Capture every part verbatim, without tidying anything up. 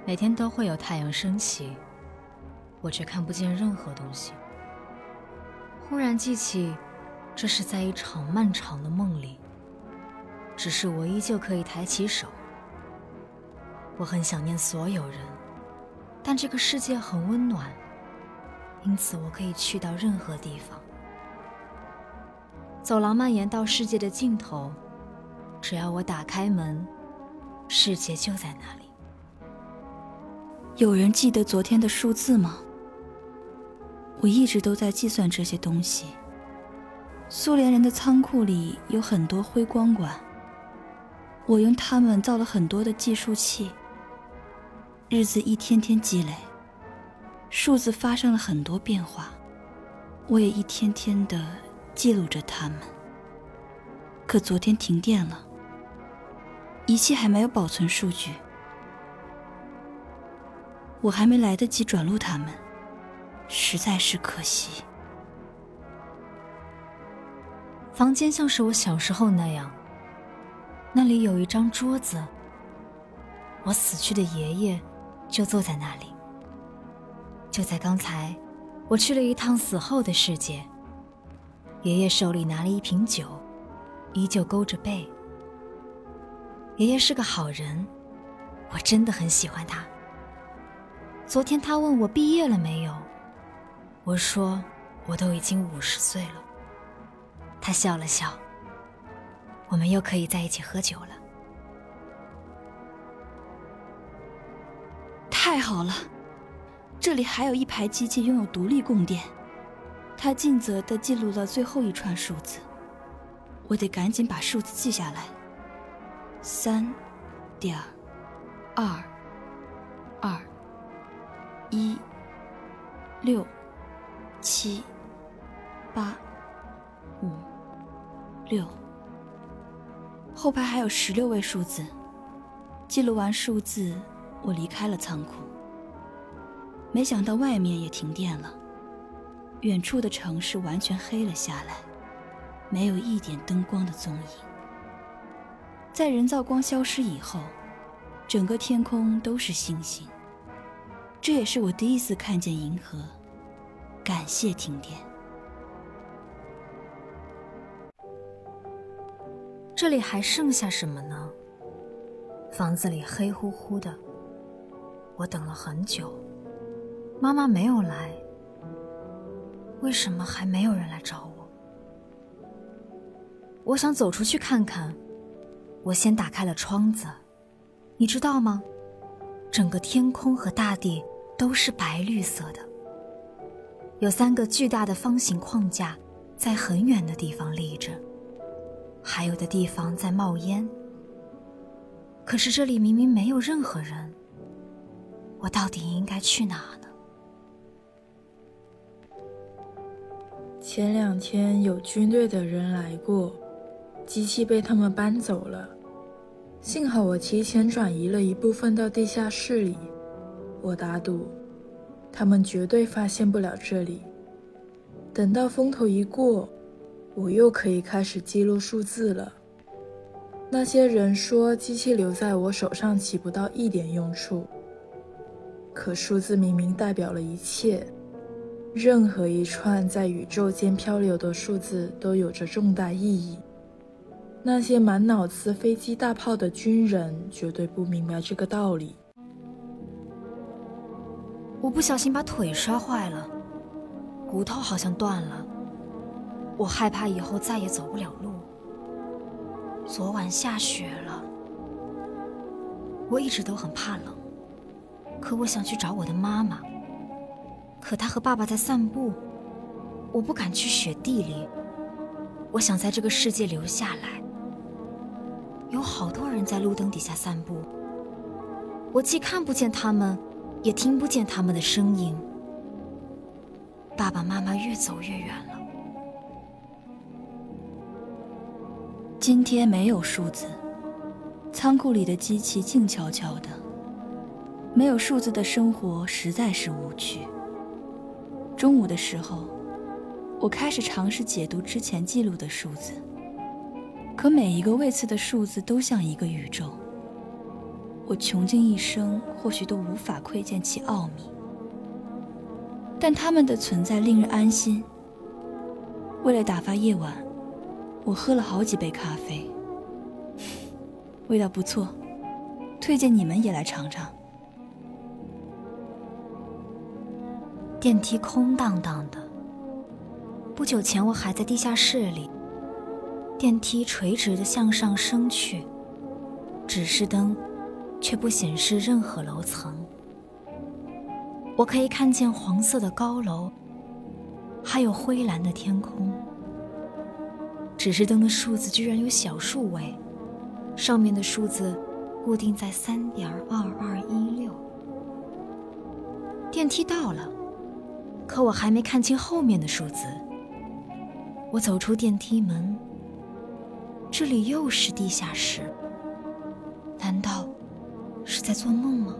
每天都会有太阳升起，我却看不见任何东西。忽然记起，这是在一场漫长的梦里，只是我依旧可以抬起手。我很想念所有人，但这个世界很温暖，因此我可以去到任何地方。走廊蔓延到世界的尽头，只要我打开门，世界就在那里。 有人记得昨天的数字吗？我一直都在计算这些东西。苏联人的仓库里有很多辉光管，我用它们造了很多的计数器。日子一天天积累，数字发生了很多变化，我也一天天地记录着它们。可昨天停电了，仪器还没有保存数据，我还没来得及转录它们，实在是可惜。 房间像是我小时候那样，那里有一张桌子，我死去的爷爷就坐在那里。就在刚才，我去了一趟死后的世界，爷爷手里拿了一瓶酒，依旧勾着背。爷爷是个好人，我真的很喜欢他。昨天他问我毕业了没有，我说我都已经五十岁了。他笑了笑，我们又可以在一起喝酒了。 太好了，这里还有一排机器拥有独立供电，它尽责地记录了最后一串数字，我得赶紧把数字记下来。三点二二一六七八五六，后排还有十六位数字。记录完数字，我离开了仓库。没想到外面也停电了，远处的城市完全黑了下来，没有一点灯光的踪影。在人造光消失以后，整个天空都是星星。这也是我第一次看见银河，感谢停电。 这里还剩下什么呢？房子里黑乎乎的，我等了很久，妈妈没有来，为什么还没有人来找我？我想走出去看看，我先打开了窗子，你知道吗？整个天空和大地都是白绿色的，有三个巨大的方形框架在很远的地方立着，还有的地方在冒烟。可是这里明明没有任何人，我到底应该去哪呢？ 前两天有军队的人来过，机器被他们搬走了。幸好我提前转移了一部分到地下室里，我打赌他们绝对发现不了这里。等到风头一过，我又可以开始记录数字了。那些人说机器留在我手上起不到一点用处，可数字明明代表了一切，任何一串在宇宙间漂流的数字都有着重大意义。那些满脑子飞机大炮的军人绝对不明白这个道理。 我不小心把腿摔坏了，骨头好像断了，我害怕以后再也走不了路。昨晚下雪了，我一直都很怕冷，可我想去找我的妈妈，可她和爸爸在散步，我不敢去雪地里，我想在这个世界留下来。有好多人在路灯底下散步，我既看不见他们，也听不见他们的声音。爸爸妈妈越走越远了。 今天没有数字，仓库里的机器静悄悄的，没有数字的生活实在是无趣。中午的时候，我开始尝试解读之前记录的数字，可每一个位次的数字都像一个宇宙。 我穷尽一生或许都无法窥见其奥秘，但它们的存在令人安心。为了打发夜晚，我喝了好几杯咖啡，味道不错，推荐你们也来尝尝。 电梯空荡荡的，不久前我还在地下室里，电梯垂直地向上升去，指示灯却不显示任何楼层。我可以看见黄色的高楼，还有灰蓝的天空。指示灯的数字居然有小数位，上面的数字固定在 三点二二一六。 电梯到了，可我还没看清后面的数字。我走出电梯门，这里又是地下室，难道是在做梦吗？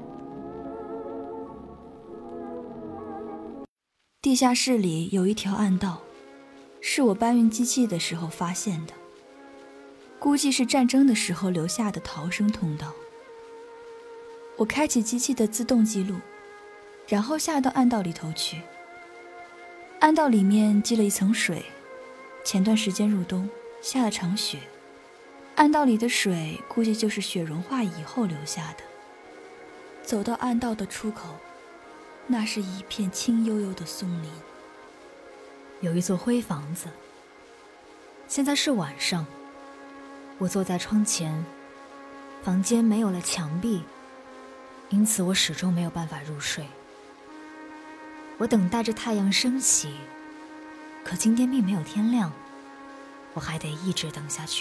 地下室里有一条暗道，是我搬运机器的时候发现的，估计是战争的时候留下的逃生通道。我开启机器的自动记录，然后下到暗道里头去。暗道里面积了一层水，前段时间入冬下了场雪，暗道里的水估计就是雪融化以后留下的。走到暗道的出口，那是一片青幽幽的松林， 有一座灰房子。现在是晚上，我坐在窗前，房间没有了墙壁，因此我始终没有办法入睡。我等待着太阳升起，可今天并没有天亮，我还得一直等下去。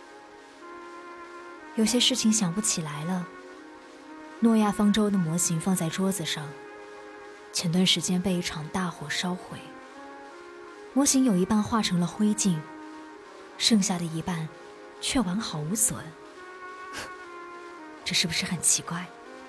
有些事情想不起来了。诺亚方舟的模型放在桌子上，前段时间被一场大火烧毁，模型有一半化成了灰烬，剩下的一半却完好无损。这是不是很奇怪？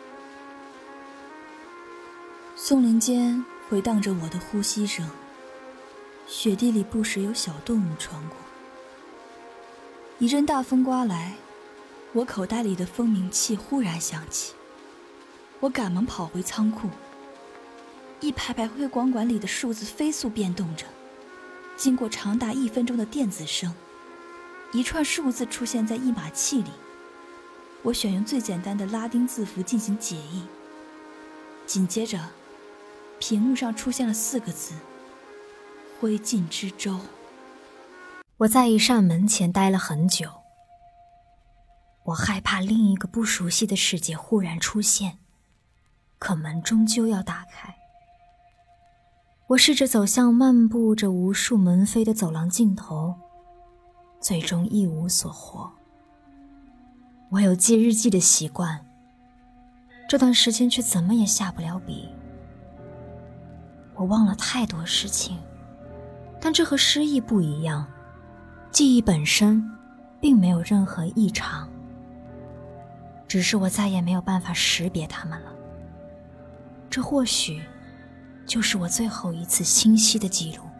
松林间回荡着我的呼吸声，雪地里不时有小动物穿过。一阵大风刮来，我口袋里的蜂鸣器忽然响起，我赶忙跑回仓库。一排排辉光管里的数字飞速变动着，经过长达一分钟的电子声，一串数字出现在译码器里。我选用最简单的拉丁字符进行解译，紧接着屏幕上出现了四个字：灰烬之舟。 我在一扇门前待了很久，我害怕另一个不熟悉的世界忽然出现，可门终究要打开。我试着走向漫步着无数门扉的走廊尽头，最终一无所获。我有记日记的习惯，这段时间却怎么也下不了笔。我忘了太多事情，但这和失忆不一样，记忆本身并没有任何异常，只是我再也没有办法识别它们了。这或许就是我最后一次清晰的记录。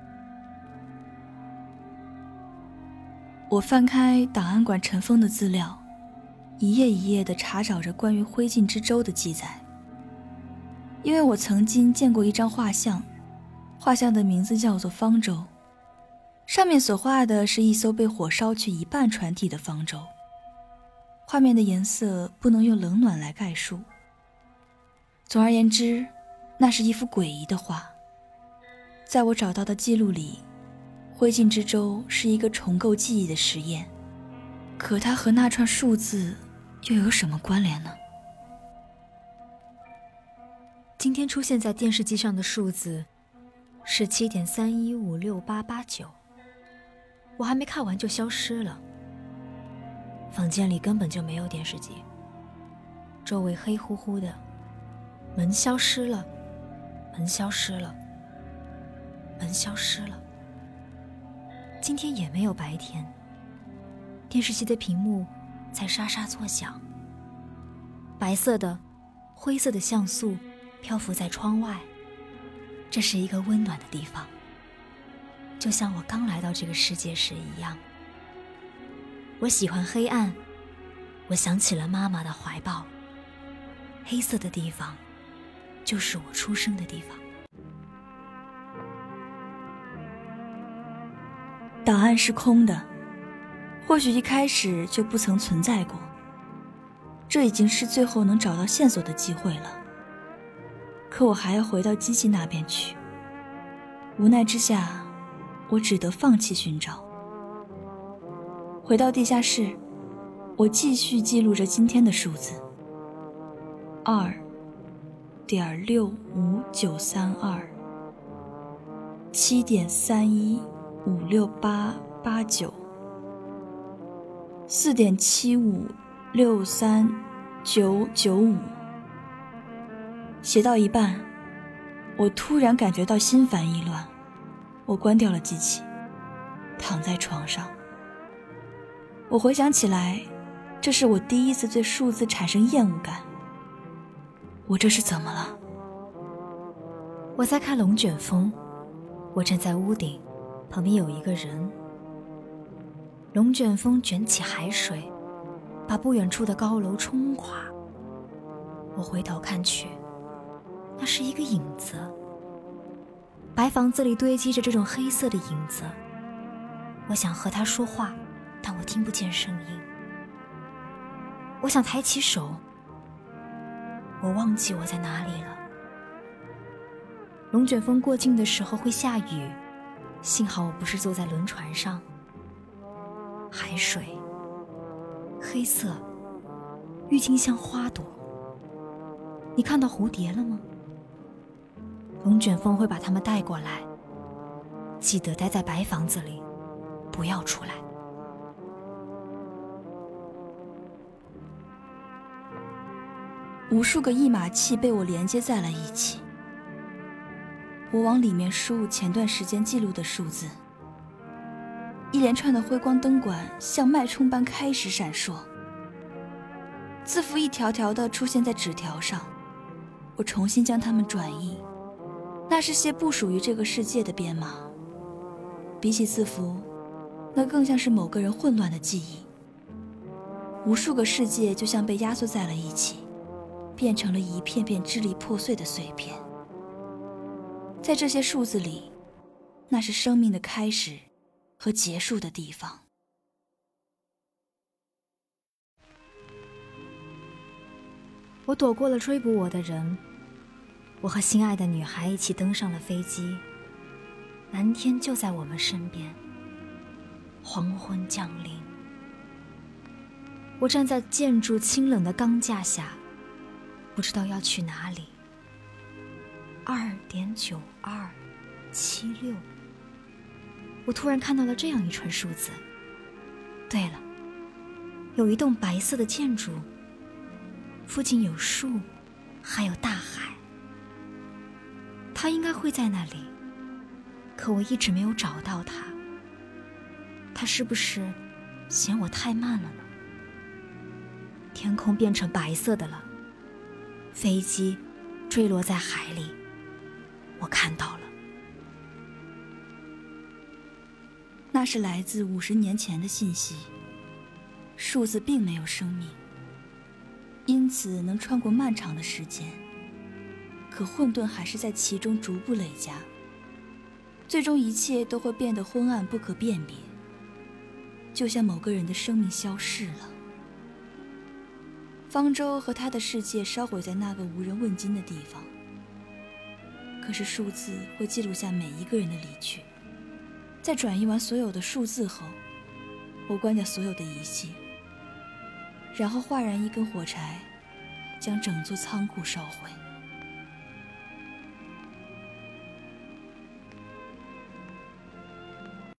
我翻开档案馆尘封的资料，一页一页地查找着关于灰烬之舟的记载。因为我曾经见过一张画像，画像的名字叫做方舟，上面所画的是一艘被火烧去一半船体的方舟，画面的颜色不能用冷暖来概述。总而言之，那是一幅诡异的画。在我找到的记录里，灰烬之舟是一个重构记忆的实验，可它和那串数字又有什么关联呢？ 今天出现在电视机上的数字是 七点三一五六八八九， 我还没看完就消失了。房间里根本就没有电视机，周围黑乎乎的，门消失了，门消失了，门消失了。今天也没有白天，电视机的屏幕在沙沙作响，白色的、灰色的像素漂浮在窗外。这是一个温暖的地方，就像我刚来到这个世界时一样。我喜欢黑暗， 我想起了妈妈的怀抱，黑色的地方就是我出生的地方。 档案是空的，或许一开始就不曾存在过。这已经是最后能找到线索的机会了。可我还要回到机器那边去。无奈之下，我只得放弃寻找。回到地下室，我继续记录着今天的数字：二点六五九三二，七点三一五六八八九，四点七五六三九九五。写到一半，我突然感觉到心烦意乱，我关掉了机器，躺在床上。我回想起来，这是我第一次对数字产生厌恶感。我这是怎么了？ 我在看龙卷风，我站在屋顶，旁边有一个人。龙卷风卷起海水，把不远处的高楼冲垮。我回头看去，那是一个影子。白房子里堆积着这种黑色的影子，我想和他说话，但我听不见声音。我想抬起手，我忘记我在哪里了。龙卷风过境的时候会下雨，幸好我不是坐在轮船上。海水黑色，郁金像花朵。你看到蝴蝶了吗？龙卷风会把它们带过来，记得待在白房子里，不要出来。 无数个译码器被我连接在了一起，我往里面输入前段时间记录的数字，一连串的辉光灯管像脉冲般开始闪烁，字符一条条地出现在纸条上。我重新将它们转译，那是些不属于这个世界的编码。比起字符，那更像是某个人混乱的记忆。无数个世界就像被压缩在了一起，变成了一片片支离破碎的碎片。在这些数字里，那是生命的开始和结束的地方。 我躲过了追捕我的人，我和心爱的女孩一起登上了飞机。蓝天就在我们身边，黄昏降临。我站在建筑清冷的钢架下，不知道要去哪里。二点九二七六，我突然看到了这样一串数字。对了，有一栋白色的建筑，附近有树，还有大海。它应该会在那里，可我一直没有找到它。它是不是嫌我太慢了呢？天空变成白色的了，飞机坠落在海里，我看到了。 那是来自五十年前的信息，数字并没有生命，因此能穿过漫长的时间，可混沌还是在其中逐步累加，最终一切都会变得昏暗不可辨别，就像某个人的生命消逝了。方舟和他的世界烧毁在那个无人问津的地方，可是数字会记录下每一个人的离去。在转移完所有的数字后，我关掉所有的仪器，然后划燃一根火柴，将整座仓库烧毁。